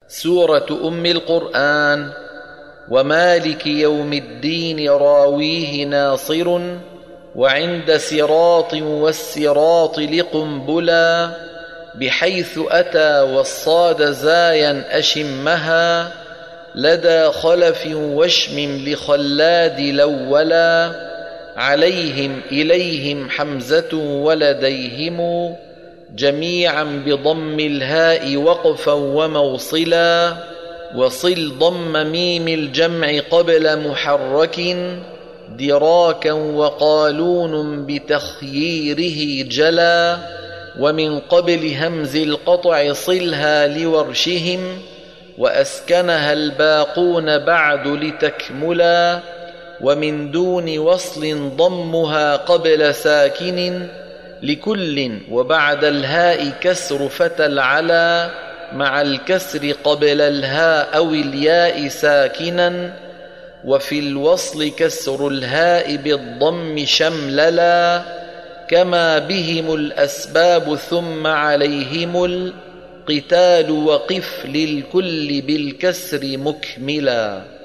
سورة أم القرآن. ومالك يوم الدين راويه ناصر، وعند صراط والصراط لقنبلا، بحيث أتى والصاد زايا أشمها، لدى خلف واشم لخلاد لولا، عليهم إليهم حمزة ولديهم، جميعا بضم الهاء وقفا وموصلا، وصل ضم ميم الجمع قبل محرك، دراكا وقالون بتخييره جلا، ومن قبل همز القطع صلها لورشهم، وأسكنها الباقون بعد لتكملا، ومن دون وصل ضمها قبل ساكن لكل، وبعد الهاء كسر فتى العلا، مع الكسر قبل الهاء أو الياء ساكنا، وفي الوصل كسر الهاء بالضم شمللا، كما بهم الأسباب ثم عليهم القتال، وقف للكل بالكسر مكملا.